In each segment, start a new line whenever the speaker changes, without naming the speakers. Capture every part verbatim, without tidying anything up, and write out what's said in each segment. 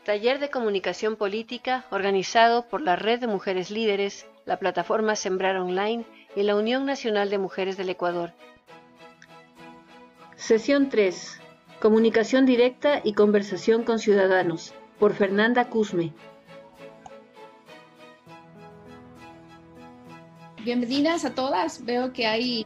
Taller de Comunicación Política organizado por la Red de Mujeres Líderes, la plataforma Sembrar Online y la Unión Nacional de Mujeres del Ecuador. Sesión tres. Comunicación directa y conversación con ciudadanos, por Fernanda Cusme.
Bienvenidas a todas. Veo que hay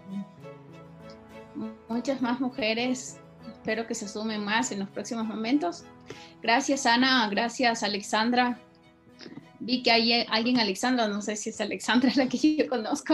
muchas más mujeres. Espero que se sumen más en los próximos momentos. Gracias, Ana. Gracias, Alexandra. Vi que hay alguien, Alexandra. No sé si es Alexandra la que yo conozco.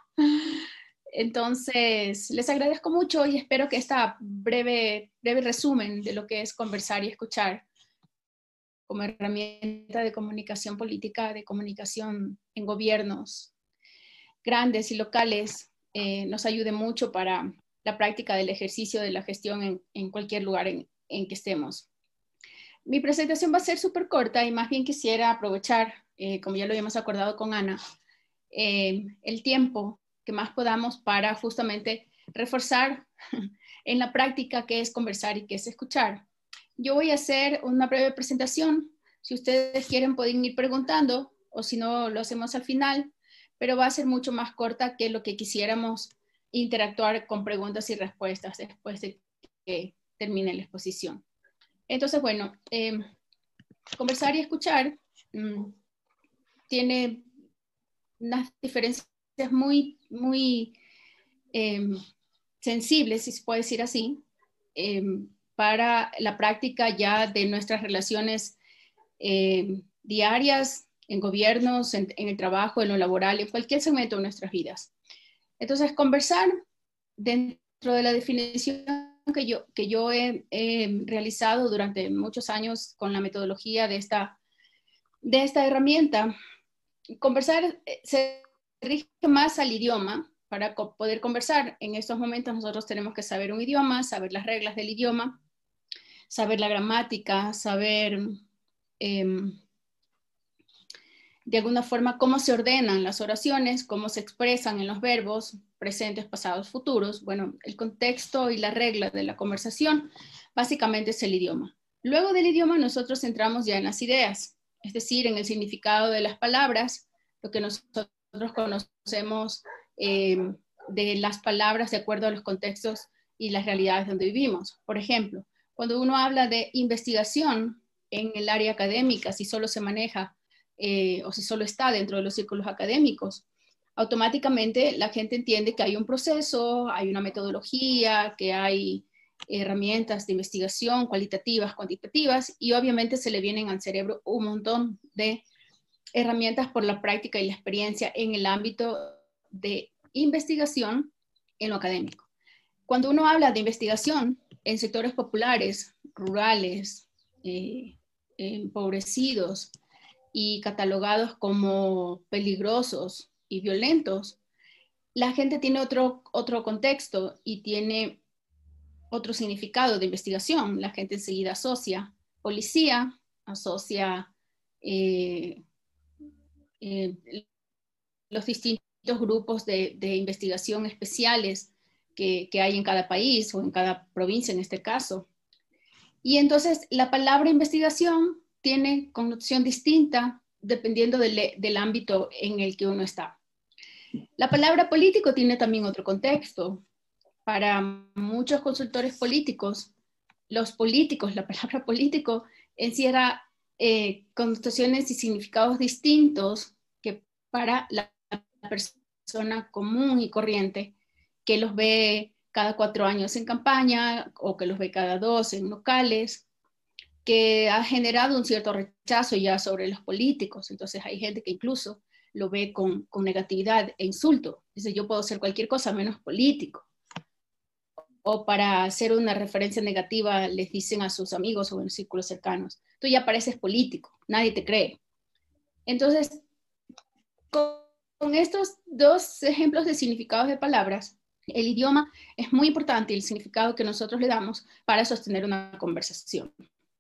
Entonces, les agradezco mucho y espero que esta breve, breve resumen de lo que es conversar y escuchar como herramienta de comunicación política, de comunicación en gobiernos grandes y locales, eh, nos ayude mucho para la práctica del ejercicio de la gestión en, en cualquier lugar en, en que estemos. Mi presentación va a ser súper corta y más bien quisiera aprovechar, eh, como ya lo habíamos acordado con Ana, eh, el tiempo que más podamos para justamente reforzar en la práctica qué es conversar y qué es escuchar. Yo voy a hacer una breve presentación. Si ustedes quieren pueden ir preguntando o si no lo hacemos al final, pero va a ser mucho más corta que lo que quisiéramos interactuar con preguntas y respuestas después de que termine la exposición. Entonces, bueno, eh, conversar y escuchar mmm, tiene unas diferencias muy, muy eh, sensibles, si se puede decir así, eh, para la práctica ya de nuestras relaciones eh, diarias, en gobiernos, en, en el trabajo, en lo laboral, en cualquier segmento de nuestras vidas. Entonces, conversar dentro de la definición que yo, que yo he, he realizado durante muchos años con la metodología de esta, de esta herramienta, conversar se rige más al idioma. Para poder conversar en estos momentos nosotros tenemos que saber un idioma, saber las reglas del idioma, saber la gramática, saber eh, de alguna forma cómo se ordenan las oraciones, cómo se expresan en los verbos, presentes, pasados, futuros. Bueno, el contexto y la regla de la conversación básicamente es el idioma. Luego del idioma nosotros entramos ya en las ideas, es decir, en el significado de las palabras, lo que nosotros conocemos eh, de las palabras de acuerdo a los contextos y las realidades donde vivimos. Por ejemplo, cuando uno habla de investigación en el área académica, si solo se maneja Eh, o si solo está dentro de los círculos académicos, automáticamente la gente entiende que hay un proceso, hay una metodología, que hay herramientas de investigación cualitativas, cuantitativas, y obviamente se le vienen al cerebro un montón de herramientas por la práctica y la experiencia en el ámbito de investigación en lo académico. Cuando uno habla de investigación en sectores populares, rurales, eh, empobrecidos, y catalogados como peligrosos y violentos, la gente tiene otro, otro contexto y tiene otro significado de investigación. La gente enseguida asocia policía, asocia eh, eh, los distintos grupos de, de investigación especiales que, que hay en cada país o en cada provincia en este caso. Y entonces la palabra investigación tiene connotación distinta dependiendo del, del ámbito en el que uno está. La palabra político tiene también otro contexto. Para muchos consultores políticos, los políticos, la palabra político encierra eh, connotaciones y significados distintos que para la persona común y corriente que los ve cada cuatro años en campaña o que los ve cada dos en locales, que ha generado un cierto rechazo ya sobre los políticos. Entonces hay gente que incluso lo ve con, con negatividad e insulto. Dice, yo puedo ser cualquier cosa menos político. O para hacer una referencia negativa les dicen a sus amigos o en círculos cercanos, tú ya pareces político, nadie te cree. Entonces, con, con estos dos ejemplos de significados de palabras, el idioma es muy importante y el significado que nosotros le damos para sostener una conversación.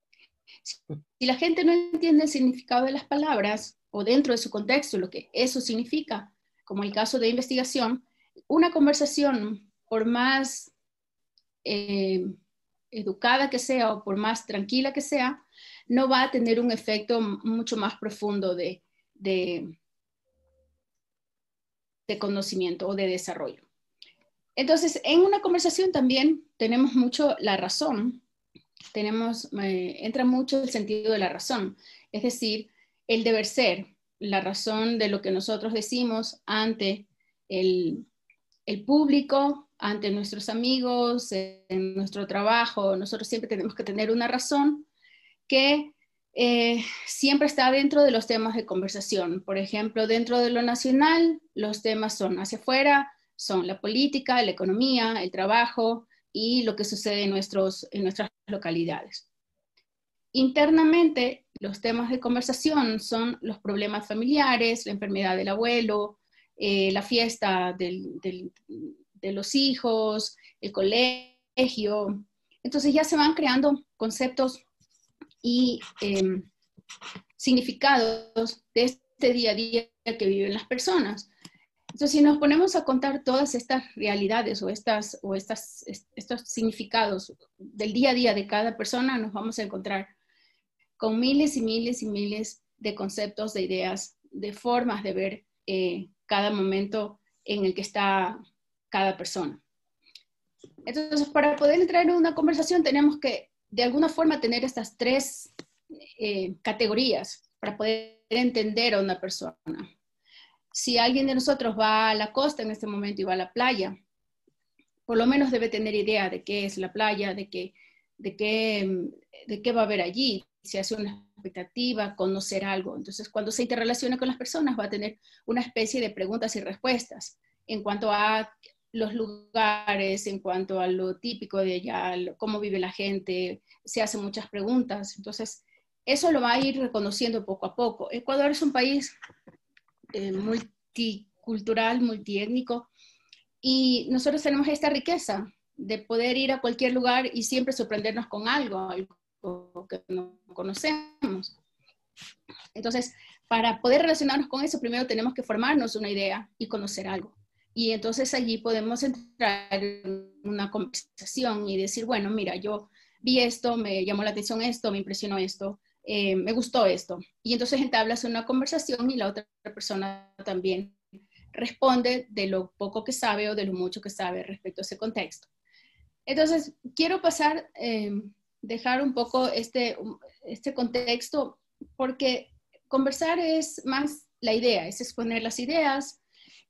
Si la gente no entiende el significado de las palabras o dentro de su contexto lo que eso significa, como el caso de investigación, una conversación, por más eh, educada que sea o por más tranquila que sea, no va a tener un efecto mucho más profundo de, de, de conocimiento o de desarrollo. Entonces, en una conversación también tenemos mucho la razón, tenemos, eh, entra mucho el sentido de la razón, es decir, el deber ser, la razón de lo que nosotros decimos ante el, el público, ante nuestros amigos, en nuestro trabajo. Nosotros siempre tenemos que tener una razón que eh, siempre está dentro de los temas de conversación. Por ejemplo, dentro de lo nacional, los temas son hacia afuera, son la política, la economía, el trabajo y lo que sucede en, nuestros, en nuestras localidades. Internamente, los temas de conversación son los problemas familiares, la enfermedad del abuelo, eh, la fiesta del, del, de los hijos, el colegio. Entonces ya se van creando conceptos y eh, significados de este día a día que viven las personas. Entonces, si nos ponemos a contar todas estas realidades o, estas, o estas, estos significados del día a día de cada persona, nos vamos a encontrar con miles y miles y miles de conceptos, de ideas, de formas de ver eh, cada momento en el que está cada persona. Entonces, para poder entrar en una conversación tenemos que, de alguna forma, tener estas tres eh, categorías para poder entender a una persona. Si alguien de nosotros va a la costa en este momento y va a la playa, por lo menos debe tener idea de qué es la playa, de qué, de qué, de qué va a haber allí, si hace una expectativa, conocer algo. Entonces, cuando se interrelaciona con las personas, va a tener una especie de preguntas y respuestas en cuanto a los lugares, en cuanto a lo típico de allá, cómo vive la gente, se hacen muchas preguntas. Entonces, eso lo va a ir reconociendo poco a poco. Ecuador es un país eh, multicultural, multiétnico, y nosotros tenemos esta riqueza de poder ir a cualquier lugar y siempre sorprendernos con algo, algo que no conocemos. Entonces, para poder relacionarnos con eso, primero tenemos que formarnos una idea y conocer algo. Y entonces allí podemos entrar en una conversación y decir, bueno, mira, yo vi esto, me llamó la atención esto, me impresionó esto, eh, me gustó esto. Y entonces entablas una conversación y la otra persona también responde de lo poco que sabe o de lo mucho que sabe respecto a ese contexto. Entonces, quiero pasar, eh, dejar un poco este, este contexto, porque conversar es más la idea, es exponer las ideas,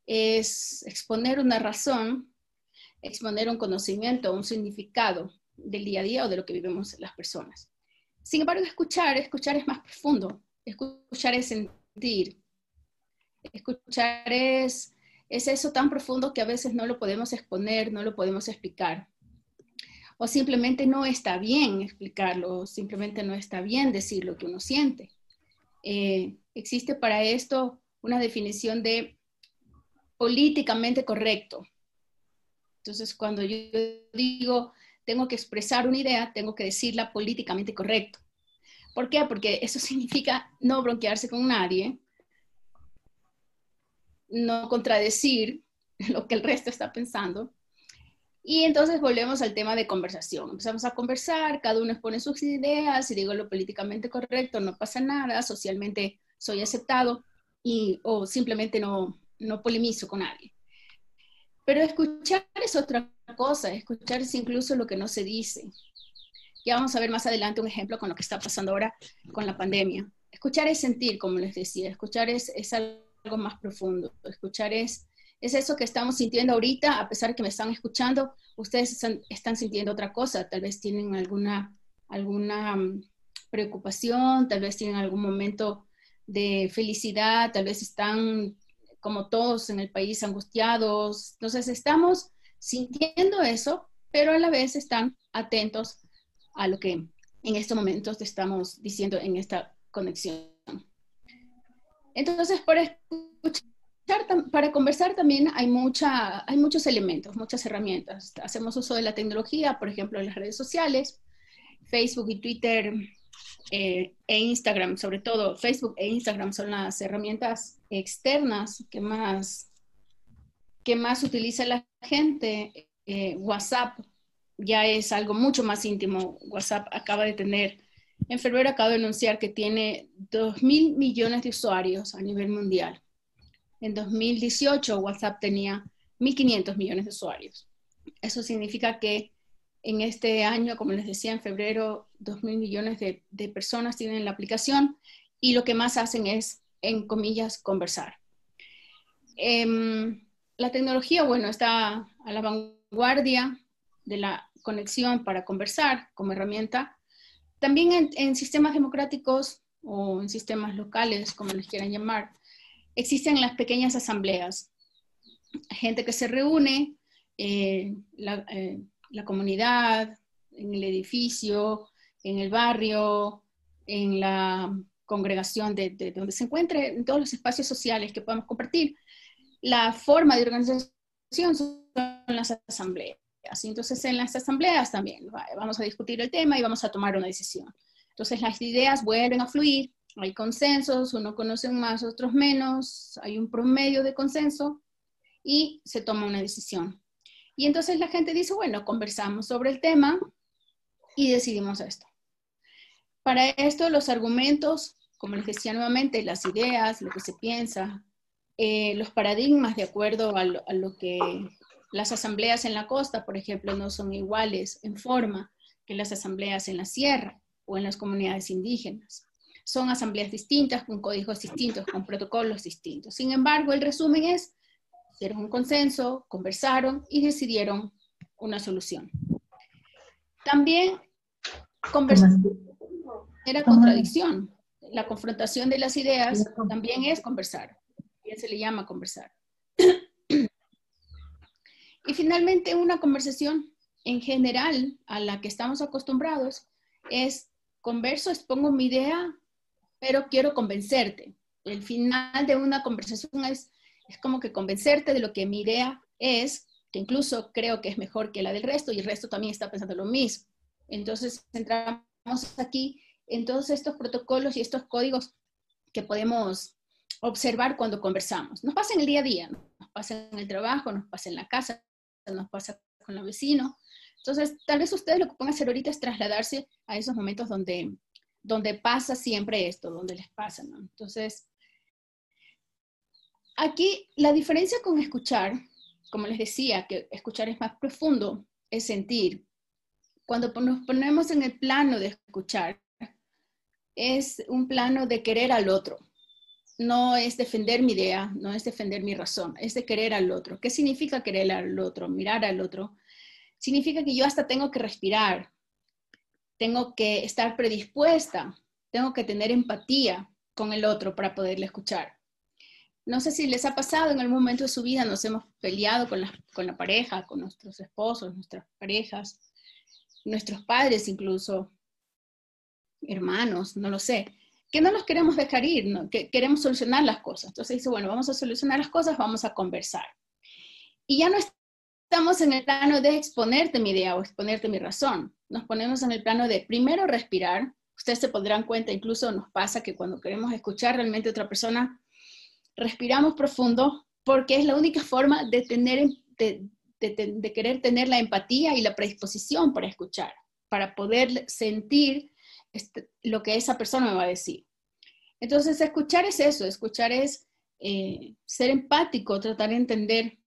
es exponer una razón, exponer un conocimiento, un significado del día a día o de lo que vivimos las personas. Sin embargo, escuchar, escuchar es más profundo, escuchar es sentir, escuchar es, es eso tan profundo que a veces no lo podemos exponer, no lo podemos explicar. O simplemente no está bien explicarlo, o simplemente no está bien decir lo que uno siente. Eh, existe para esto una definición de políticamente correcto. Entonces, cuando yo digo tengo que expresar una idea, tengo que decirla políticamente correcto. ¿Por qué? Porque eso significa no bronquearse con nadie, no contradecir lo que el resto está pensando. Y entonces volvemos al tema de conversación. Empezamos a conversar, cada uno expone sus ideas, y digo lo políticamente correcto, no pasa nada, socialmente soy aceptado, y, o simplemente no, no polemizo con nadie. Pero escuchar es otra cosa, escuchar es incluso lo que no se dice. Ya vamos a ver más adelante un ejemplo con lo que está pasando ahora con la pandemia. Escuchar es sentir, como les decía, escuchar es, es algo más profundo, escuchar es, es eso que estamos sintiendo ahorita, a pesar de que me están escuchando, ustedes están, están sintiendo otra cosa, tal vez tienen alguna, alguna um, preocupación, tal vez tienen algún momento de felicidad, tal vez están como todos en el país angustiados, entonces estamos sintiendo eso, pero a la vez están atentos a lo que en estos momentos te estamos diciendo en esta conexión. Entonces, para escuchar, para conversar también hay, mucha, hay muchos elementos, muchas herramientas. Hacemos uso de la tecnología, por ejemplo, en las redes sociales, Facebook y Twitter eh, e Instagram, sobre todo Facebook e Instagram son las herramientas externas que más, que más utiliza la gente. Eh, WhatsApp ya es algo mucho más íntimo. WhatsApp acaba de tener En febrero acabo de anunciar que tiene dos mil millones de usuarios a nivel mundial. En dos mil dieciocho WhatsApp tenía mil quinientos millones de usuarios. Eso significa que en este año, como les decía, en febrero, dos mil millones de, de personas tienen la aplicación y lo que más hacen es, en comillas, conversar. Eh, la tecnología, bueno, está a la vanguardia de la conexión para conversar como herramienta. También en, en sistemas democráticos o en sistemas locales, como les quieran llamar, existen las pequeñas asambleas. Gente que se reúne, eh, la, eh, la comunidad, en el edificio, en el barrio, en la congregación de, de donde se encuentre, en todos los espacios sociales que podamos compartir. La forma de organización son las asambleas. Entonces, en las asambleas también vamos a discutir el tema y vamos a tomar una decisión. Entonces, las ideas vuelven a fluir, hay consensos, uno conoce más, otros menos, hay un promedio de consenso y se toma una decisión. Y entonces la gente dice, bueno, conversamos sobre el tema y decidimos esto. Para esto, los argumentos, como les decía nuevamente, las ideas, lo que se piensa, eh, los paradigmas de acuerdo a lo, a lo que las asambleas en la costa, por ejemplo, no son iguales en forma que las asambleas en la sierra o en las comunidades indígenas. Son asambleas distintas, con códigos distintos, con protocolos distintos. Sin embargo, el resumen es, hicieron un consenso, conversaron y decidieron una solución. También conversaron era contradicción. La confrontación de las ideas también es conversar. También se le llama conversar. Y finalmente, una conversación en general a la que estamos acostumbrados es converso, expongo mi idea, pero quiero convencerte. El final de una conversación es, es como que convencerte de lo que mi idea es, que incluso creo que es mejor que la del resto y el resto también está pensando lo mismo. Entonces entramos aquí en todos estos protocolos y estos códigos que podemos observar cuando conversamos. Nos pasa en el día a día, nos pasa en el trabajo, nos pasa en la casa, nos pasa con los vecinos. Entonces, tal vez ustedes lo que pueden hacer ahorita es trasladarse a esos momentos donde, donde pasa siempre esto, donde les pasa, ¿no? Entonces, aquí la diferencia con escuchar, como les decía, que escuchar es más profundo, es sentir. Cuando nos ponemos en el plano de escuchar, es un plano de querer al otro. No es defender mi idea, no es defender mi razón, es de querer al otro. ¿Qué significa querer al otro? Mirar al otro. Significa que yo hasta tengo que respirar, tengo que estar predispuesta, tengo que tener empatía con el otro para poderle escuchar. No sé si les ha pasado en algún momento de su vida, nos hemos peleado con la, con la pareja, con nuestros esposos, nuestras parejas, nuestros padres incluso, hermanos, no lo sé, que no los queremos dejar ir, ¿no? Que queremos solucionar las cosas. Entonces dice, bueno, vamos a solucionar las cosas, vamos a conversar. Y ya no estamos en el plano de exponerte mi idea o exponerte mi razón. Nos ponemos en el plano de primero respirar. Ustedes se pondrán cuenta, incluso nos pasa que cuando queremos escuchar realmente a otra persona, respiramos profundo porque es la única forma de, tener, de, de, de querer tener la empatía y la predisposición para escuchar, para poder sentir este, lo que esa persona me va a decir. Entonces, escuchar es eso, escuchar es eh, ser empático, tratar de entender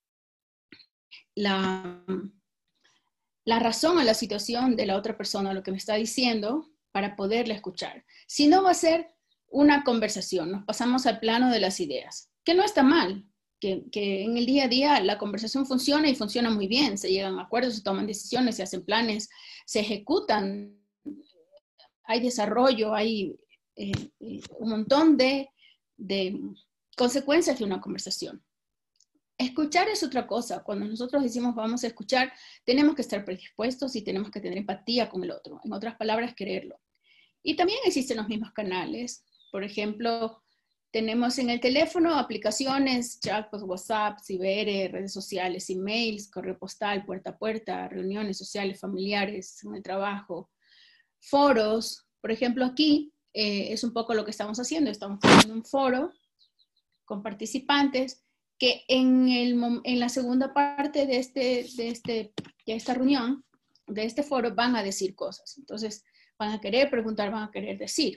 la, la razón o la situación de la otra persona, lo que me está diciendo, para poderla escuchar. Si no, va a ser una conversación, nos pasamos al plano de las ideas, que no está mal, que, que en el día a día la conversación funciona y funciona muy bien, se llegan a acuerdos, se toman decisiones, se hacen planes, se ejecutan, hay desarrollo, hay eh, un montón de, de consecuencias de una conversación. Escuchar es otra cosa. Cuando nosotros decimos vamos a escuchar, tenemos que estar predispuestos y tenemos que tener empatía con el otro. En otras palabras, quererlo. Y también existen los mismos canales. Por ejemplo, tenemos en el teléfono aplicaciones, chatbots, WhatsApp, Cibere, redes sociales, emails, correo postal, puerta a puerta, reuniones sociales, familiares, en el trabajo, foros. Por ejemplo, aquí eh, es un poco lo que estamos haciendo. Estamos teniendo un foro con participantes que en, el, en la segunda parte de, este, de, este, de esta reunión de este foro van a decir cosas. Entonces, van a querer preguntar, van a querer decir.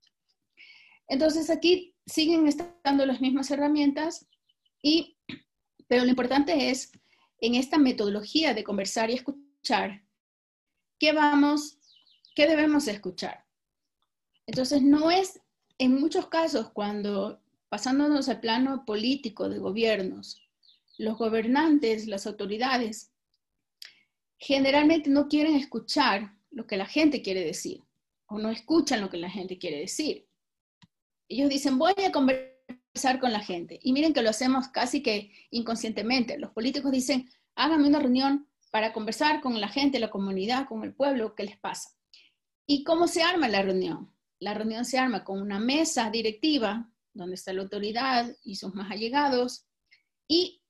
Entonces, aquí siguen estando las mismas herramientas, y, pero lo importante es, en esta metodología de conversar y escuchar, ¿qué vamos, qué debemos escuchar? Entonces, no es, en muchos casos, cuando pasándonos al plano político de gobiernos, los gobernantes, las autoridades, generalmente no quieren escuchar lo que la gente quiere decir, o no escuchan lo que la gente quiere decir. Ellos dicen, voy a conversar con la gente. Y miren que lo hacemos casi que inconscientemente. Los políticos dicen, háganme una reunión para conversar con la gente, la comunidad, con el pueblo, ¿qué les pasa? ¿Y cómo se arma la reunión? La reunión se arma con una mesa directiva, donde está la autoridad y sus más allegados, y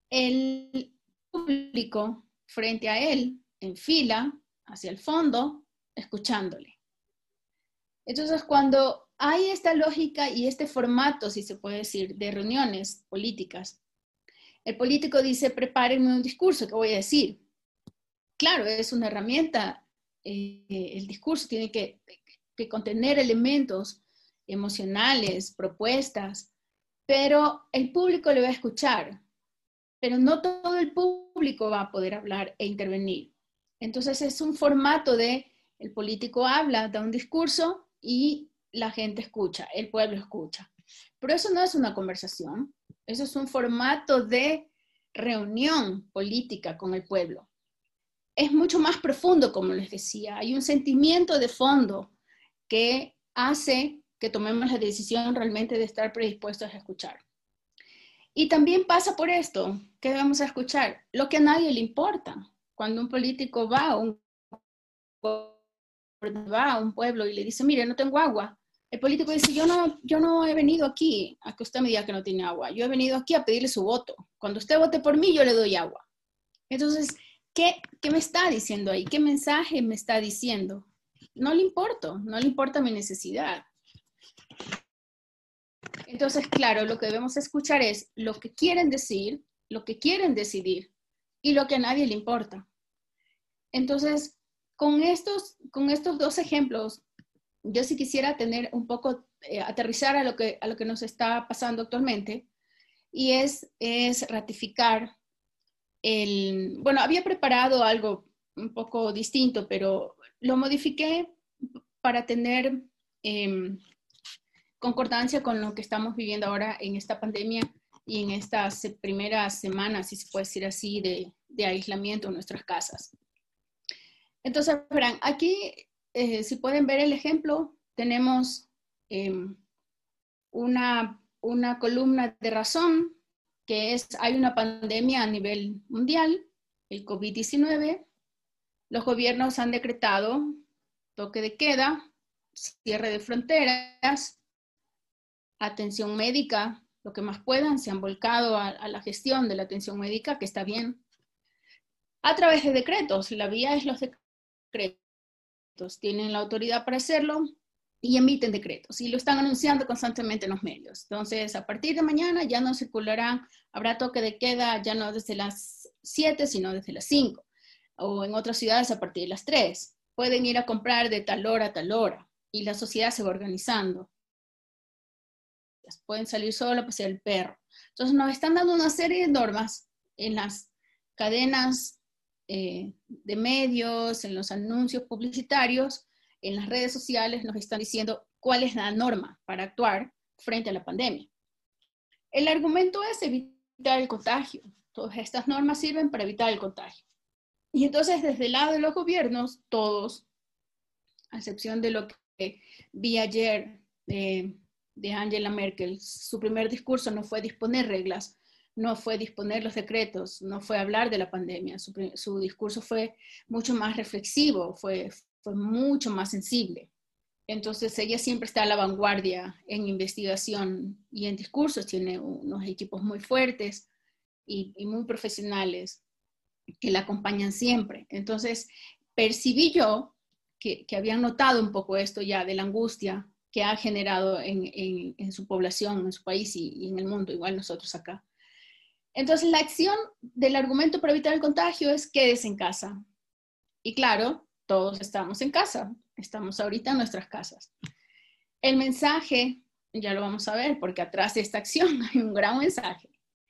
el público frente a él, en fila, hacia el fondo, escuchándole. Entonces, cuando hay esta lógica y este formato, si se puede decir, de reuniones políticas, el político dice, prepárenme un discurso, ¿qué voy a decir? Claro, es una herramienta, eh, el discurso tiene que, que contener elementos emocionales, propuestas, pero el público le va a escuchar, pero no todo el público va a poder hablar e intervenir. Entonces es un formato de, el político habla, da un discurso y la gente escucha, el pueblo escucha. Pero eso no es una conversación, eso es un formato de reunión política con el pueblo. Es mucho más profundo, como les decía, hay un sentimiento de fondo que hace que tomemos la decisión realmente de estar predispuestos a escuchar. Y también pasa por esto, que vamos a escuchar, lo que a nadie le importa. Cuando un político va a un, va a un pueblo y le dice, mire, no tengo agua, el político dice, yo no, yo no he venido aquí a que usted me diga que no tiene agua, yo he venido aquí a pedirle su voto. Cuando usted vote por mí, yo le doy agua. Entonces, ¿qué, qué me está diciendo ahí? ¿Qué mensaje me está diciendo? No le importo, no le importa mi necesidad. Entonces, claro, lo que debemos escuchar es lo que quieren decir, lo que quieren decidir y lo que a nadie le importa. Entonces, con estos, con estos dos ejemplos, yo sí quisiera tener un poco, eh, aterrizar a lo, que, a lo que nos está pasando actualmente, y es, es ratificar el, bueno, había preparado algo un poco distinto, pero lo modifiqué para tener eh, concordancia con lo que estamos viviendo ahora en esta pandemia y en estas primeras semanas, si se puede decir así, de, de aislamiento en nuestras casas. Entonces, verán, aquí, eh, si pueden ver el ejemplo, tenemos eh, una, una columna de razón, que es, hay una pandemia a nivel mundial, el COVID diecinueve, los gobiernos han decretado toque de queda, cierre de fronteras, atención médica, lo que más puedan, se han volcado a, a la gestión de la atención médica, que está bien, a través de decretos. La vía es los decretos, tienen la autoridad para hacerlo y emiten decretos, y lo están anunciando constantemente en los medios. Entonces, a partir de mañana ya no circularán, habrá toque de queda ya no desde las siete, sino desde las cinco, o en otras ciudades a partir de las tres. Pueden ir a comprar de tal hora a tal hora, y la sociedad se va organizando. Pueden salir solo a pasear el perro. Entonces nos están dando una serie de normas en las cadenas eh, de medios, en los anuncios publicitarios, en las redes sociales, nos están diciendo cuál es la norma para actuar frente a la pandemia. El argumento es evitar el contagio. Todas estas normas sirven para evitar el contagio. Y entonces desde el lado de los gobiernos, todos, a excepción de lo que vi ayer, eh, de Angela Merkel, su primer discurso no fue disponer reglas, no fue disponer los decretos, no fue hablar de la pandemia, su, su discurso fue mucho más reflexivo, fue, fue mucho más sensible. Entonces ella siempre está a la vanguardia en investigación y en discursos, tiene unos equipos muy fuertes y, y muy profesionales que la acompañan siempre. Entonces percibí yo que, que habían notado un poco esto ya de la angustia que ha generado en, en, en su población, en su país y, y en el mundo, igual nosotros acá. Entonces, la acción del argumento para evitar el contagio es quédese en casa. Y claro, todos estamos en casa, estamos ahorita en nuestras casas. El mensaje, ya lo vamos a ver, porque atrás de esta acción hay un gran mensaje.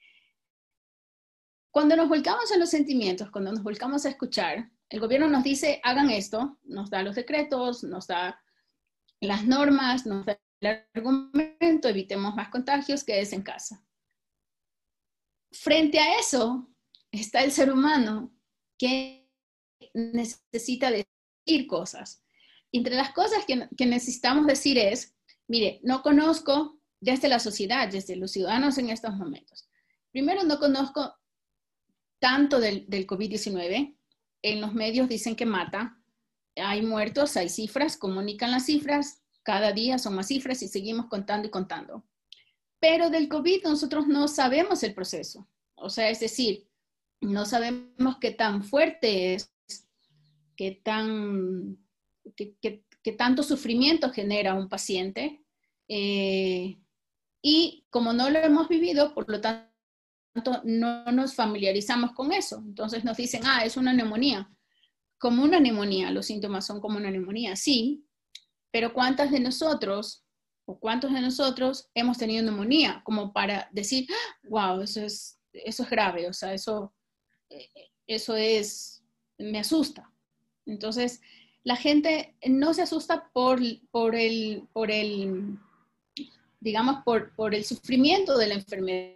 Cuando nos volcamos a los sentimientos, cuando nos volcamos a escuchar, el gobierno nos dice, hagan esto, nos da los decretos, nos da las normas, nos da el argumento, evitemos más contagios, quédese en casa. Frente a eso está el ser humano que necesita decir cosas. Entre las cosas que, que necesitamos decir es, mire, no conozco desde la sociedad, desde los ciudadanos en estos momentos. Primero, no conozco tanto del, del COVID diecinueve. En los medios dicen que mata. Hay muertos, hay cifras, comunican las cifras. Cada día son más cifras y seguimos contando y contando. Pero del COVID nosotros no sabemos el proceso. O sea, es decir, no sabemos qué tan fuerte es, qué tan, qué, qué, qué tanto sufrimiento genera un paciente. Eh, y como no lo hemos vivido, por lo tanto, no nos familiarizamos con eso. Entonces nos dicen, ah, es una neumonía. Como una neumonía, los síntomas son como una neumonía, sí, pero ¿cuántas de nosotros o cuántos de nosotros hemos tenido neumonía? Como para decir, wow, eso es, eso es grave, o sea, eso, eso es, me asusta. Entonces, la gente no se asusta por, por, el, por el, digamos, por, por el sufrimiento de la enfermedad,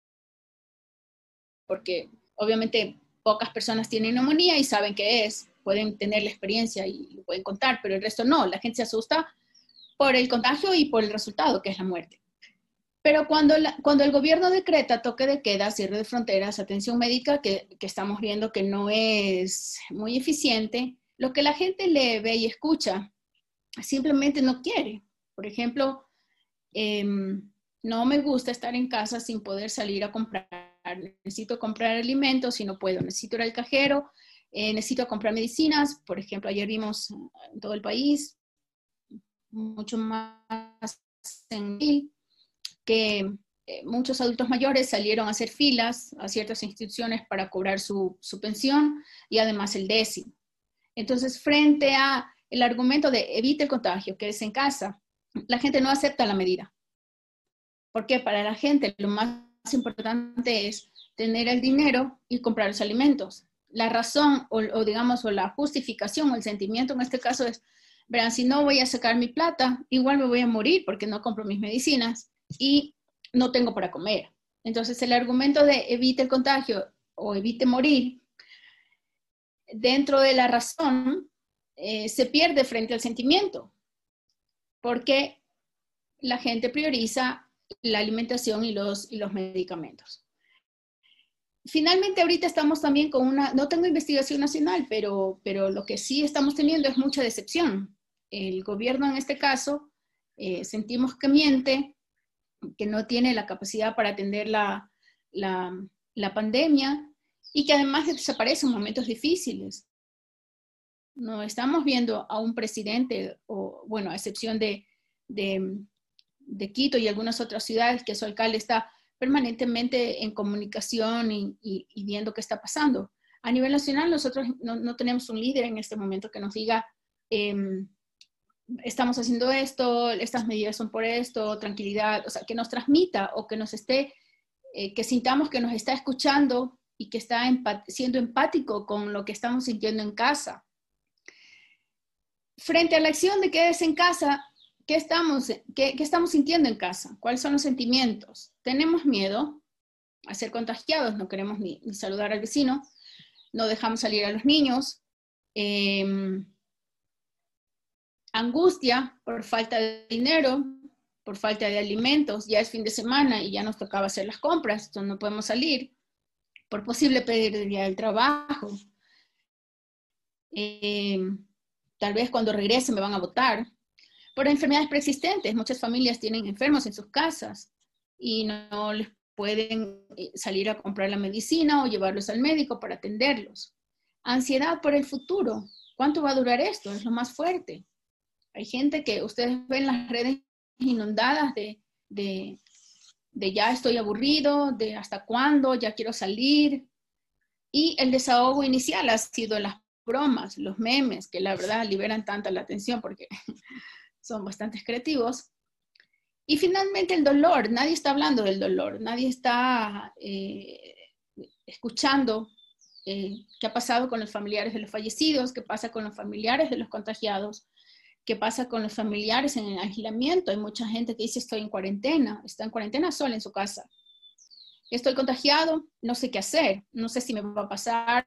porque obviamente pocas personas tienen neumonía y saben qué es, pueden tener la experiencia y lo pueden contar, pero el resto no, la gente se asusta por el contagio y por el resultado, que es la muerte. Pero cuando, la, cuando el gobierno decreta toque de queda, cierre de fronteras, atención médica, que, que estamos viendo que no es muy eficiente, lo que la gente lee, ve y escucha, simplemente no quiere. Por ejemplo, eh, no me gusta estar en casa sin poder salir a comprar. Necesito comprar alimentos y no puedo. Necesito ir al cajero, eh, necesito comprar medicinas. Por ejemplo, ayer vimos en todo el país, mucho más en que eh, muchos adultos mayores salieron a hacer filas a ciertas instituciones para cobrar su, su pensión y además el décimo. Entonces, frente a el argumento de evite el contagio, quédese en casa, la gente no acepta la medida. Porque para la gente lo más importante es tener el dinero y comprar los alimentos. La razón o, o digamos, o la justificación o el sentimiento en este caso es, verán, si no voy a sacar mi plata, igual me voy a morir porque no compro mis medicinas y no tengo para comer. Entonces el argumento de evite el contagio o evite morir, dentro de la razón, eh, se pierde frente al sentimiento, porque la gente prioriza la alimentación y los, y los medicamentos. Finalmente, ahorita estamos también con una, no tengo investigación nacional, pero, pero lo que sí estamos teniendo es mucha decepción. El gobierno en este caso, eh, sentimos que miente, que no tiene la capacidad para atender la, la, la pandemia y que además desaparece en momentos difíciles. No estamos viendo a un presidente, o bueno, a excepción de, de, de Quito y algunas otras ciudades, que su alcalde está permanentemente en comunicación y, y, y viendo qué está pasando. A nivel nacional, nosotros no, no tenemos un líder en este momento que nos diga, eh, estamos haciendo esto, estas medidas son por esto, tranquilidad, o sea, que nos transmita o que nos esté, eh, que sintamos que nos está escuchando y que está empat- siendo empático con lo que estamos sintiendo en casa. Frente a la acción de quédese en casa, ¿qué estamos, qué, qué estamos sintiendo en casa? ¿Cuáles son los sentimientos? Tenemos miedo a ser contagiados, no queremos ni, ni saludar al vecino, no dejamos salir a los niños, eh, angustia por falta de dinero, por falta de alimentos, ya es fin de semana y ya nos tocaba hacer las compras, entonces no podemos salir, por posible pérdida del trabajo. Eh, tal vez cuando regrese me van a votar. Por enfermedades preexistentes, muchas familias tienen enfermos en sus casas y no les pueden salir a comprar la medicina o llevarlos al médico para atenderlos. Ansiedad por el futuro. ¿Cuánto va a durar esto? Es lo más fuerte. Hay gente que ustedes ven las redes inundadas de, de, de ya estoy aburrido, de hasta cuándo, ya quiero salir. Y el desahogo inicial ha sido las bromas, los memes, que la verdad liberan tanta la atención porque son bastante creativos. Y finalmente el dolor, nadie está hablando del dolor, nadie está eh, escuchando eh, qué ha pasado con los familiares de los fallecidos, qué pasa con los familiares de los contagiados, qué pasa con los familiares en el aislamiento. Hay mucha gente que dice estoy en cuarentena, está en cuarentena sola en su casa. Estoy contagiado, no sé qué hacer, no sé si me va a pasar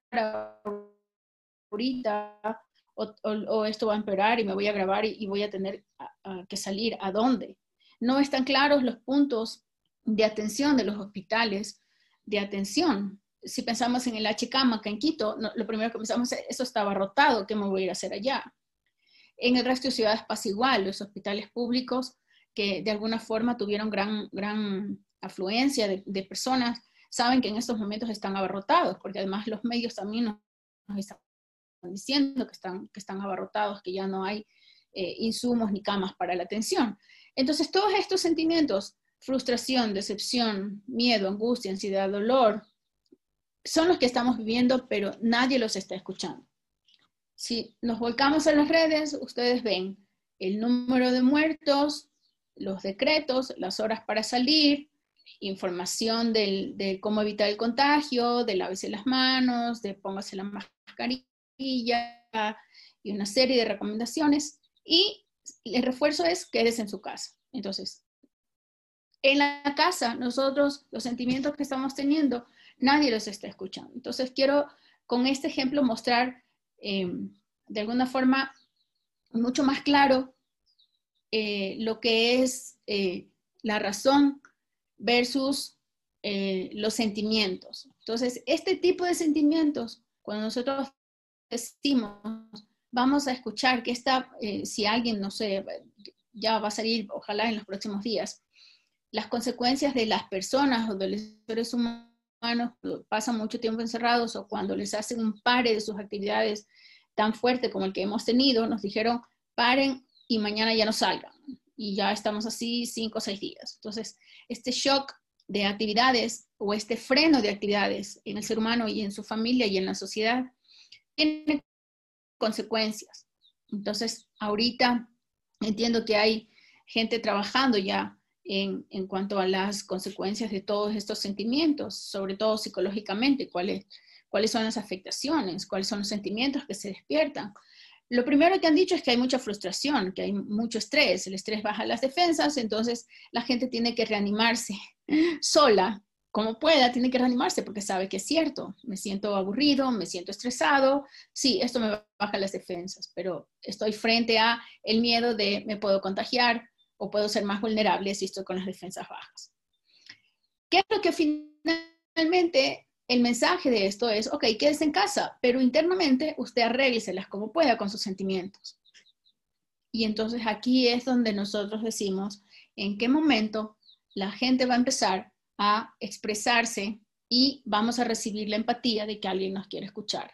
ahorita o, o, o esto va a empeorar y me voy a grabar y, y voy a tener a, a que salir. ¿A dónde? No están claros los puntos de atención de los hospitales, de atención. Si pensamos en el H C A M acá en Quito, no, lo primero que pensamos es, eso está abarrotado, ¿qué me voy a ir a hacer allá? En el resto de ciudades pasa igual, los hospitales públicos que de alguna forma tuvieron gran, gran afluencia de, de personas, saben que en estos momentos están abarrotados, porque además los medios también nos están diciendo que están, que están abarrotados, que ya no hay eh, insumos ni camas para la atención. Entonces todos estos sentimientos, frustración, decepción, miedo, angustia, ansiedad, dolor, son los que estamos viviendo, pero nadie los está escuchando. Si nos volcamos a las redes, ustedes ven el número de muertos, los decretos, las horas para salir, información del, de cómo evitar el contagio, de lávese las manos, de póngase la mascarilla y una serie de recomendaciones. Y el refuerzo es quédese en su casa. Entonces, en la casa, nosotros, los sentimientos que estamos teniendo, nadie los está escuchando. Entonces, quiero con este ejemplo mostrar eh, de alguna forma mucho más claro eh, lo que es eh, la razón versus eh, los sentimientos. Entonces, este tipo de sentimientos, cuando nosotros decimos, vamos a escuchar que está, eh, si alguien, no sé, ya va a salir, ojalá en los próximos días, las consecuencias de las personas o de los seres humanos pasan mucho tiempo encerrados o cuando les hacen un pare de sus actividades tan fuerte como el que hemos tenido, nos dijeron paren y mañana ya no salgan. Y ya estamos así cinco o seis días. Entonces, este shock de actividades o este freno de actividades en el ser humano y en su familia y en la sociedad tiene consecuencias. Entonces, ahorita entiendo que hay gente trabajando ya en, en cuanto a las consecuencias de todos estos sentimientos, sobre todo psicológicamente, cuáles, cuáles son las afectaciones, cuáles son los sentimientos que se despiertan. Lo primero que han dicho es que hay mucha frustración, que hay mucho estrés, el estrés baja las defensas, entonces la gente tiene que reanimarse sola, como pueda, tiene que reanimarse porque sabe que es cierto, me siento aburrido, me siento estresado, sí, esto me baja las defensas, pero estoy frente a el miedo de me puedo contagiar o puedo ser más vulnerable si estoy con las defensas bajas. ¿Qué es lo que finalmente el mensaje de esto es? Ok, quédese en casa, pero internamente usted arrégleselas como pueda con sus sentimientos. Y entonces aquí es donde nosotros decimos en qué momento la gente va a empezar a expresarse y vamos a recibir la empatía de que alguien nos quiere escuchar.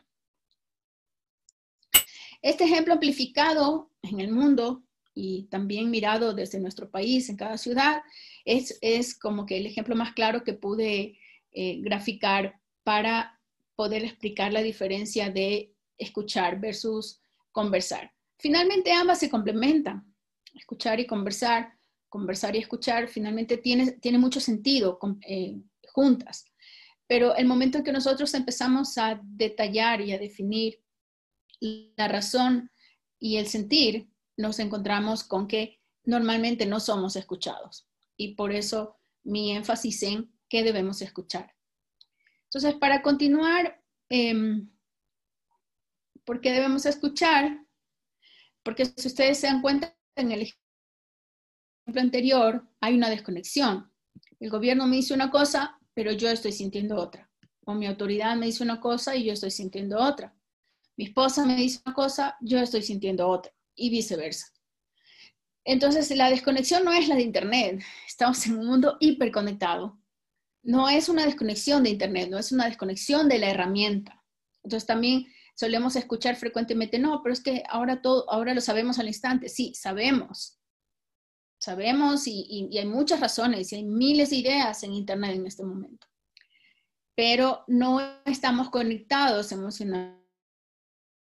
Este ejemplo amplificado en el mundo y también mirado desde nuestro país, en cada ciudad, es, es como que el ejemplo más claro que pude eh, graficar para poder explicar la diferencia de escuchar versus conversar. Finalmente ambas se complementan, escuchar y conversar, conversar y escuchar, finalmente tiene, tiene mucho sentido eh, juntas. Pero el momento en que nosotros empezamos a detallar y a definir la razón y el sentir, nos encontramos con que normalmente no somos escuchados. Y por eso mi énfasis en qué debemos escuchar. Entonces, para continuar, eh, ¿por qué debemos escuchar? Porque si ustedes se dan cuenta, en el ejemplo anterior hay una desconexión. El gobierno me dice una cosa, pero yo estoy sintiendo otra. O mi autoridad me dice una cosa y yo estoy sintiendo otra. Mi esposa me dice una cosa, yo estoy sintiendo otra. Y viceversa. Entonces, la desconexión no es la de Internet. Estamos en un mundo hiperconectado. No es una desconexión de Internet, no es una desconexión de la herramienta. Entonces, también solemos escuchar frecuentemente, no, pero es que ahora, todo, ahora lo sabemos al instante. Sí, sabemos. Sabemos y, y, y hay muchas razones y hay miles de ideas en Internet en este momento. Pero no estamos conectados emocionalmente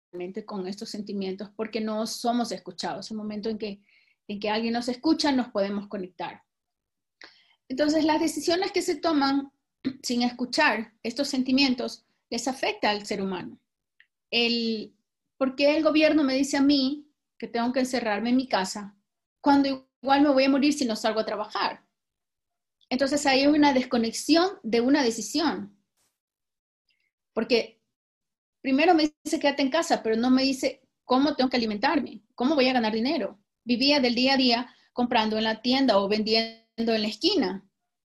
realmente con estos sentimientos porque no somos escuchados. El momento en que, en que alguien nos escucha, nos podemos conectar. Entonces, las decisiones que se toman sin escuchar estos sentimientos les afecta al ser humano. El, ¿Por qué el gobierno me dice a mí que tengo que encerrarme en mi casa cuando igual me voy a morir si no salgo a trabajar? Entonces, hay una desconexión de una decisión. Porque primero me dice quédate en casa, pero no me dice cómo tengo que alimentarme, cómo voy a ganar dinero. Vivía del día a día comprando en la tienda o vendiendo en la esquina.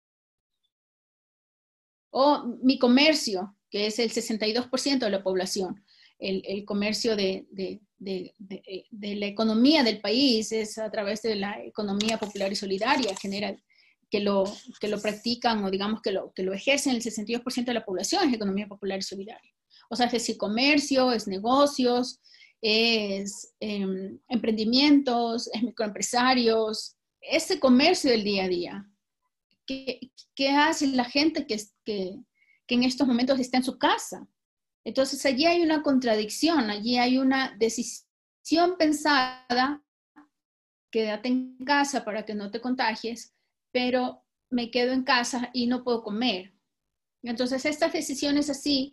O mi comercio, que es el sesenta y dos por ciento de la población. El, el comercio de, de, de, de, de la economía del país es a través de la economía popular y solidaria, genera, que, lo, que lo practican o digamos que lo, que lo ejercen el sesenta y dos por ciento de la población, es economía popular y solidaria. O sea, es decir, comercio, es negocios, es eh, emprendimientos, es microempresarios, ese comercio del día a día. ¿Qué, qué hace la gente que, que, que en estos momentos está en su casa? Entonces allí hay una contradicción, allí hay una decisión pensada, quédate en casa para que no te contagies, pero me quedo en casa y no puedo comer. Entonces estas decisiones así,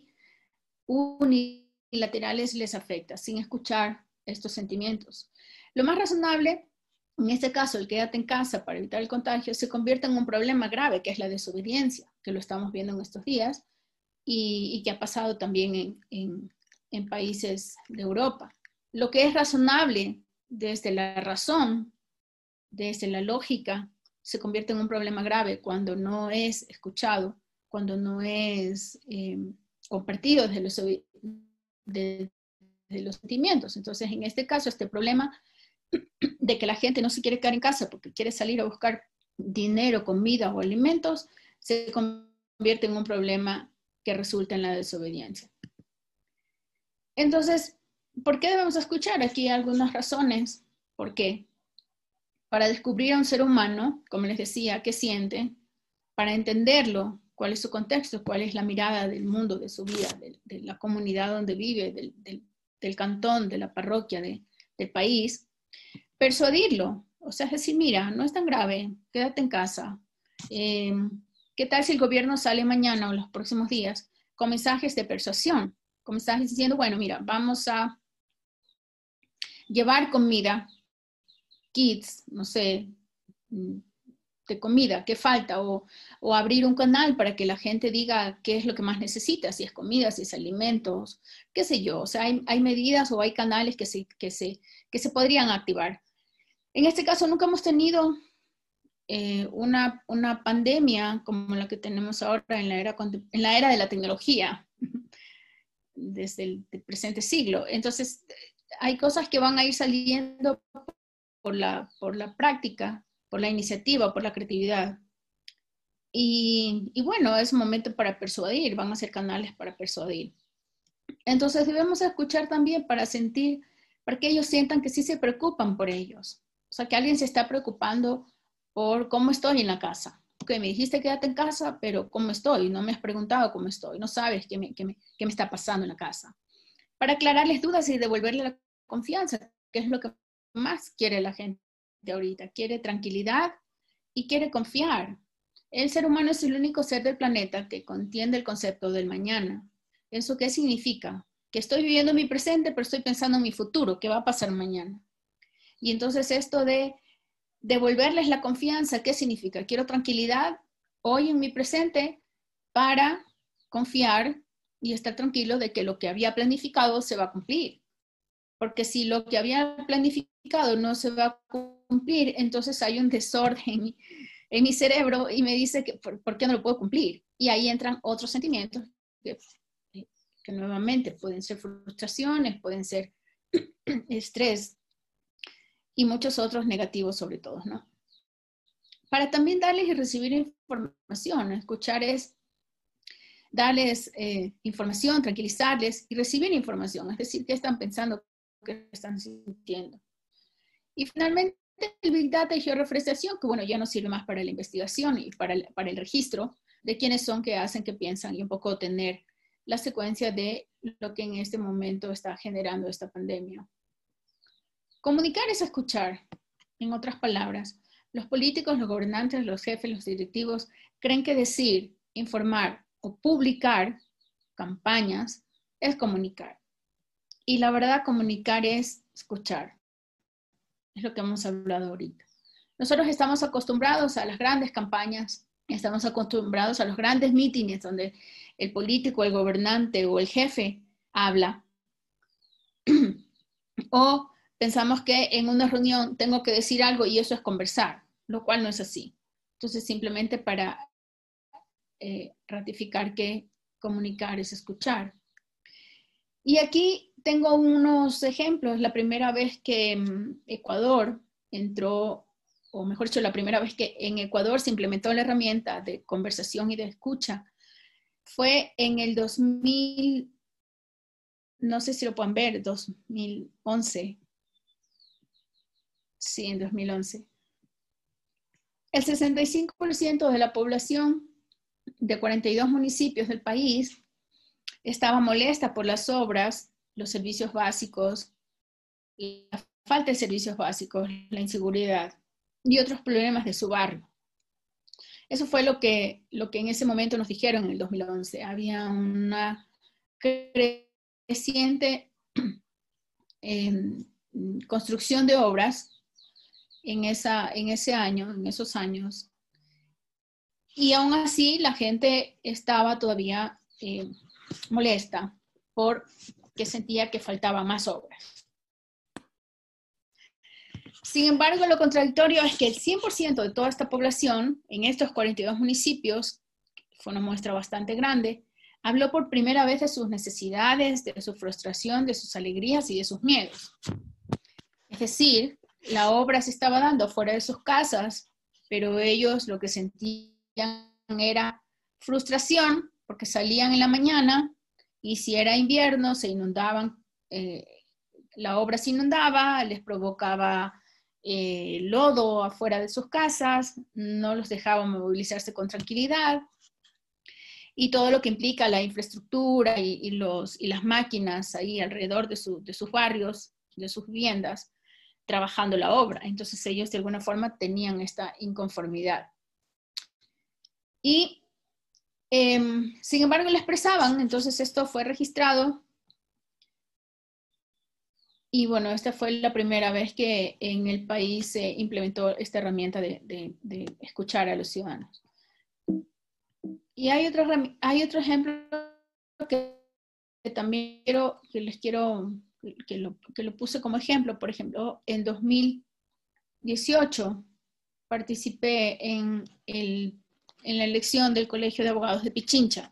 unilaterales, les afecta, sin escuchar estos sentimientos. Lo más razonable, en este caso, el quédate en casa para evitar el contagio, se convierte en un problema grave, que es la desobediencia, que lo estamos viendo en estos días, y, y que ha pasado también en, en, en países de Europa. Lo que es razonable desde la razón, desde la lógica, se convierte en un problema grave cuando no es escuchado, cuando no es eh, compartido desde los, de, de los sentimientos. Entonces, en este caso, este problema de que la gente no se quiere quedar en casa porque quiere salir a buscar dinero, comida o alimentos, se convierte en un problema que resulta en la desobediencia. Entonces, ¿por qué debemos escuchar? Aquí hay algunas razones. ¿Por qué? Para descubrir a un ser humano, como les decía, qué siente, para entenderlo, cuál es su contexto, cuál es la mirada del mundo, de su vida, de, de la comunidad donde vive, del, del, del cantón, de la parroquia, de, del país, persuadirlo. O sea, es decir, mira, no es tan grave, quédate en casa. Eh, ¿Qué tal si el gobierno sale mañana o los próximos días con mensajes de persuasión? Con mensajes diciendo, bueno, mira, vamos a llevar comida, kits, no sé, de comida, qué falta, o, o abrir un canal para que la gente diga qué es lo que más necesita, si es comida, si es alimentos, qué sé yo. O sea, hay, hay medidas o hay canales que se, que, se, que se podrían activar. En este caso, nunca hemos tenido eh, una, una pandemia como la que tenemos ahora en la era, en la era de la tecnología, desde el, el presente siglo. Entonces, hay cosas que van a ir saliendo por la, por la práctica, por la iniciativa, por la creatividad. Y, y bueno, es un momento para persuadir, van a ser canales para persuadir. Entonces debemos escuchar también para sentir, para que ellos sientan que sí se preocupan por ellos. O sea, que alguien se está preocupando por cómo estoy en la casa. Ok, me dijiste quédate en casa, pero ¿cómo estoy? No me has preguntado cómo estoy, no sabes qué me, qué me, qué me está pasando en la casa. Para aclararles dudas y devolverle la confianza, que es lo que más quiere la gente ahorita. Quiere tranquilidad y quiere confiar. El ser humano es el único ser del planeta que contiene el concepto del mañana. ¿Eso qué significa? Que estoy viviendo mi presente, pero estoy pensando en mi futuro, ¿qué va a pasar mañana? Y entonces esto de devolverles la confianza, ¿qué significa? Quiero tranquilidad hoy en mi presente para confiar y estar tranquilo de que lo que había planificado se va a cumplir. Porque si lo que había planificado no se va a cumplir, entonces hay un desorden en mi cerebro y me dice que ¿por, ¿por qué no lo puedo cumplir? Y ahí entran otros sentimientos que, que nuevamente pueden ser frustraciones, pueden ser estrés y muchos otros negativos sobre todo, ¿no? Para también darles y recibir información, escuchar es darles eh, información, tranquilizarles y recibir información, es decir, qué están pensando, qué están sintiendo. Y finalmente el Big Data y georreferenciación, que bueno, ya no sirve más para la investigación y para el, para el registro de quiénes son, qué hacen, qué piensan y un poco tener la secuencia de lo que en este momento está generando esta pandemia. Comunicar es escuchar. En otras palabras, los políticos, los gobernantes, los jefes, los directivos creen que decir, informar o publicar campañas es comunicar. Y la verdad, comunicar es escuchar. Es lo que hemos hablado ahorita. Nosotros estamos acostumbrados a las grandes campañas, estamos acostumbrados a los grandes mítines donde el político, el gobernante o el jefe habla. O pensamos que en una reunión tengo que decir algo y eso es conversar, lo cual no es así. Entonces, simplemente para eh, ratificar que comunicar es escuchar. Y aquí tengo unos ejemplos. La primera vez que um, Ecuador entró, o mejor dicho, la primera vez que en Ecuador se implementó la herramienta de conversación y de escucha, fue en el dos mil, no sé si lo pueden ver, dos mil once. Sí, en dos mil once. El sesenta y cinco por ciento de la población de cuarenta y dos municipios del país estaba molesta por las obras, los servicios básicos, la falta de servicios básicos, la inseguridad y otros problemas de su barrio. Eso fue lo que, lo que en ese momento nos dijeron en el dos mil once. Había una creciente eh, construcción de obras en, esa, en ese año, en esos años. Y aún así la gente estaba todavía eh, molesta porque sentía que faltaba más obras. Sin embargo, lo contradictorio es que el cien por ciento de toda esta población, en estos cuarenta y dos municipios, fue una muestra bastante grande, habló por primera vez de sus necesidades, de su frustración, de sus alegrías y de sus miedos. Es decir, la obra se estaba dando fuera de sus casas, pero ellos lo que sentían era frustración porque salían en la mañana y si era invierno se inundaban, eh, la obra se inundaba, les provocaba eh, lodo afuera de sus casas, no los dejaba movilizarse con tranquilidad y todo lo que implica la infraestructura y, y, los, y las máquinas ahí alrededor de, su, de sus barrios, de sus viviendas, trabajando la obra. Entonces ellos de alguna forma tenían esta inconformidad. Y eh, sin embargo lo expresaban, entonces esto fue registrado. Y bueno, esta fue la primera vez que en el país se implementó esta herramienta de, de, de escuchar a los ciudadanos. Y hay otro, hay otro ejemplo que, que también quiero, que les quiero, que lo, que lo puse como ejemplo. Por ejemplo, en dos mil dieciocho participé en, el, en la elección del Colegio de Abogados de Pichincha.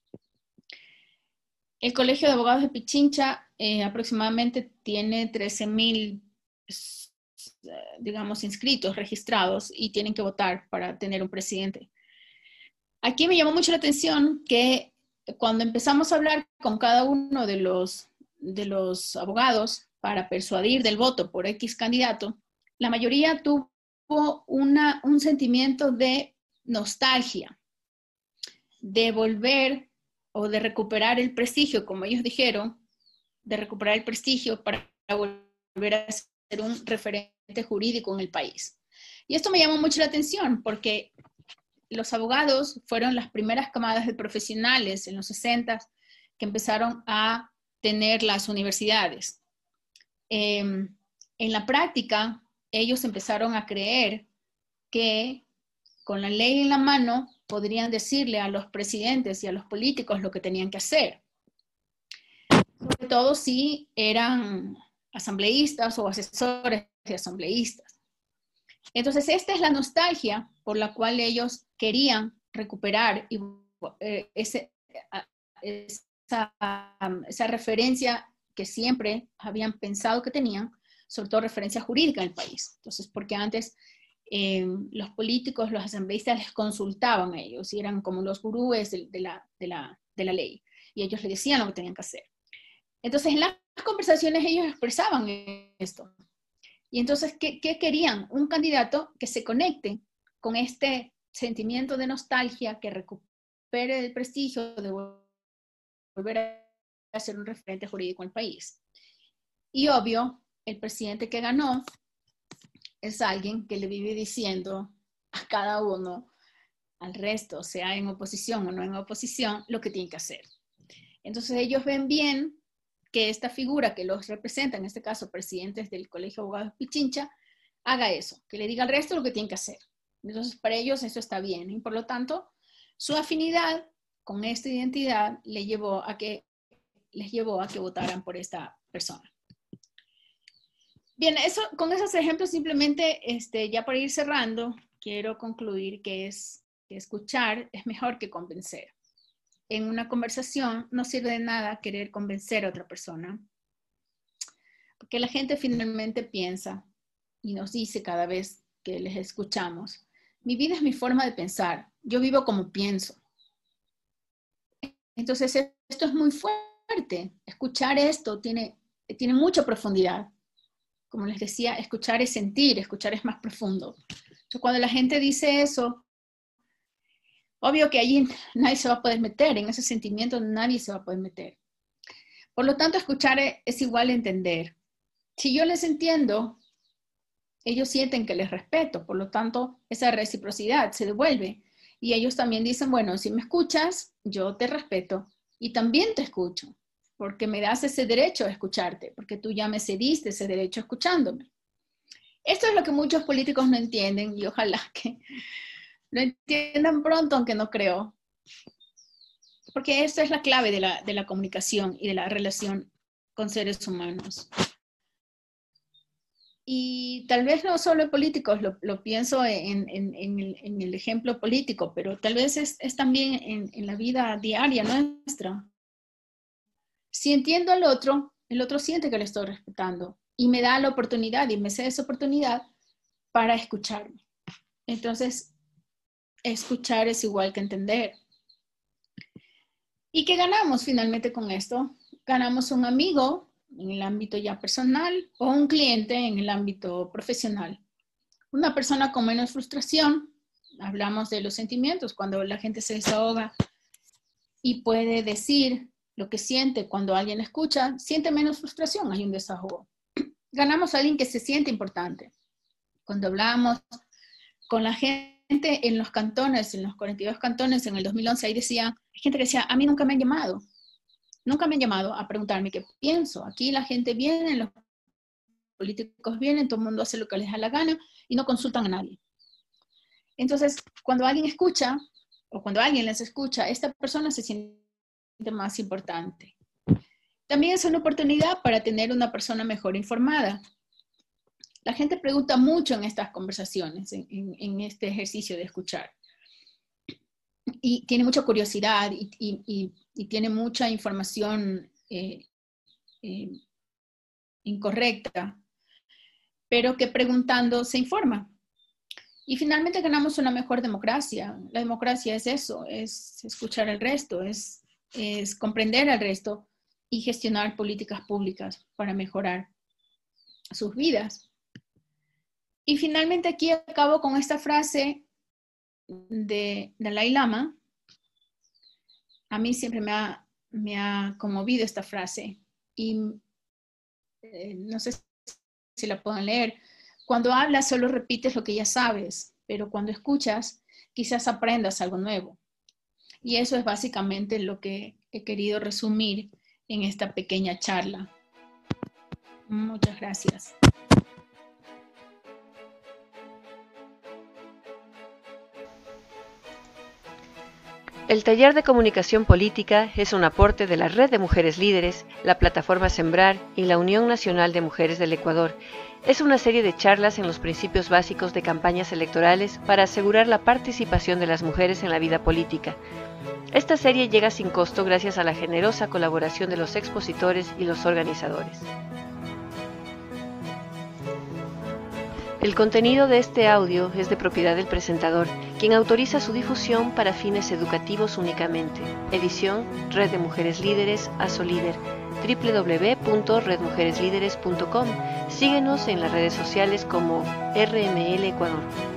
El Colegio de Abogados de Pichincha eh, aproximadamente tiene trece mil, digamos, inscritos, registrados, y tienen que votar para tener un presidente. Aquí me llamó mucho la atención que cuando empezamos a hablar con cada uno de los, de los abogados para persuadir del voto por X candidato, la mayoría tuvo una, un sentimiento de nostalgia, de volver o de recuperar el prestigio, como ellos dijeron, de recuperar el prestigio para volver a ser un referente jurídico en el país. Y esto me llamó mucho la atención porque los abogados fueron las primeras camadas de profesionales en los sesenta que empezaron a tener las universidades. Eh, en la práctica, ellos empezaron a creer que con la ley en la mano podrían decirle a los presidentes y a los políticos lo que tenían que hacer. Sobre todo si eran asambleístas o asesores de asambleístas. Entonces, esta es la nostalgia por la cual ellos querían recuperar y, eh, ese, esa, esa referencia que siempre habían pensado que tenían, sobre todo referencia jurídica en el país. Entonces, porque antes eh, los políticos, los asambleístas les consultaban a ellos y eran como los gurúes de, de, la, de, la, de la ley y ellos les decían lo que tenían que hacer. Entonces, en las conversaciones ellos expresaban esto. Y entonces, ¿qué, qué querían? Un candidato que se conecte con este sentimiento de nostalgia, que recupere el prestigio, de volver a ser un referente jurídico en el país. Y obvio, el presidente que ganó es alguien que le vive diciendo a cada uno, al resto, sea en oposición o no en oposición, lo que tienen que hacer. Entonces ellos ven bien que esta figura que los representa, en este caso presidentes del Colegio de Abogados Pichincha, haga eso, que le diga al resto lo que tienen que hacer. Entonces para ellos eso está bien y por lo tanto su afinidad con esta identidad le llevó a que, les llevó a que votaran por esta persona. Bien, eso, con esos ejemplos simplemente, este, ya para ir cerrando, quiero concluir que, es, que escuchar es mejor que convencer. En una conversación no sirve de nada querer convencer a otra persona, porque la gente finalmente piensa y nos dice cada vez que les escuchamos, mi vida es mi forma de pensar, yo vivo como pienso. Entonces esto es muy fuerte, escuchar esto tiene, tiene mucha profundidad. Como les decía, escuchar es sentir, escuchar es más profundo. Entonces, cuando la gente dice eso, obvio que allí nadie se va a poder meter, en ese sentimiento nadie se va a poder meter. Por lo tanto, escuchar es igual a entender. Si yo les entiendo, ellos sienten que les respeto, por lo tanto, esa reciprocidad se devuelve. Y ellos también dicen, bueno, si me escuchas, yo te respeto y también te escucho, porque me das ese derecho a escucharte, porque tú ya me cediste ese derecho escuchándome. Esto es lo que muchos políticos no entienden y ojalá que lo entiendan pronto, aunque no creo. Porque esta es la clave de la, de la comunicación y de la relación con seres humanos. Y tal vez no solo en políticos, lo, lo pienso en, en, en, el, en el ejemplo político, pero tal vez es, es también en, en la vida diaria nuestra. Si entiendo al otro, el otro siente que le estoy respetando y me da la oportunidad y me cede esa oportunidad para escucharme. Entonces, escuchar es igual que entender. ¿Y qué ganamos finalmente con esto? Ganamos un amigo en el ámbito ya personal o un cliente en el ámbito profesional. Una persona con menos frustración, hablamos de los sentimientos, cuando la gente se desahoga y puede decir lo que siente cuando alguien escucha, siente menos frustración, hay un desahogo. Ganamos a alguien que se siente importante. Cuando hablamos con la gente en los cantones, en los cuarenta y dos cantones, en el dos mil once, ahí decía, hay gente que decía, a mí nunca me han llamado. Nunca me han llamado a preguntarme qué pienso. Aquí la gente viene, los políticos vienen, todo el mundo hace lo que les da la gana y no consultan a nadie. Entonces, cuando alguien escucha, o cuando alguien les escucha, esta persona se siente más importante. También es una oportunidad para tener una persona mejor informada. La gente pregunta mucho en estas conversaciones, en, en, en este ejercicio de escuchar. Y tiene mucha curiosidad y, y, y, y tiene mucha información eh, eh, incorrecta, pero que preguntando se informa. Y finalmente ganamos una mejor democracia. La democracia es eso, es escuchar al resto, es, es comprender al resto y gestionar políticas públicas para mejorar sus vidas. Y finalmente aquí acabo con esta frase de Dalai Lama. A mí siempre me ha, me ha conmovido esta frase y eh, no sé si la pueden leer. Cuando hablas solo repites lo que ya sabes, pero cuando escuchas quizás aprendas algo nuevo. Y eso es básicamente lo que he querido resumir en esta pequeña charla. Muchas gracias.
El taller de comunicación política es un aporte de la Red de Mujeres Líderes, la plataforma Sembrar y la Unión Nacional de Mujeres del Ecuador. Es una serie de charlas en los principios básicos de campañas electorales para asegurar la participación de las mujeres en la vida política. Esta serie llega sin costo gracias a la generosa colaboración de los expositores y los organizadores. El contenido de este audio es de propiedad del presentador, quien autoriza su difusión para fines educativos únicamente. Edición Red de Mujeres Líderes, ASOLíder, doble u doble u doble u punto red mujeres líderes punto com. Síguenos en las redes sociales como R M L Ecuador.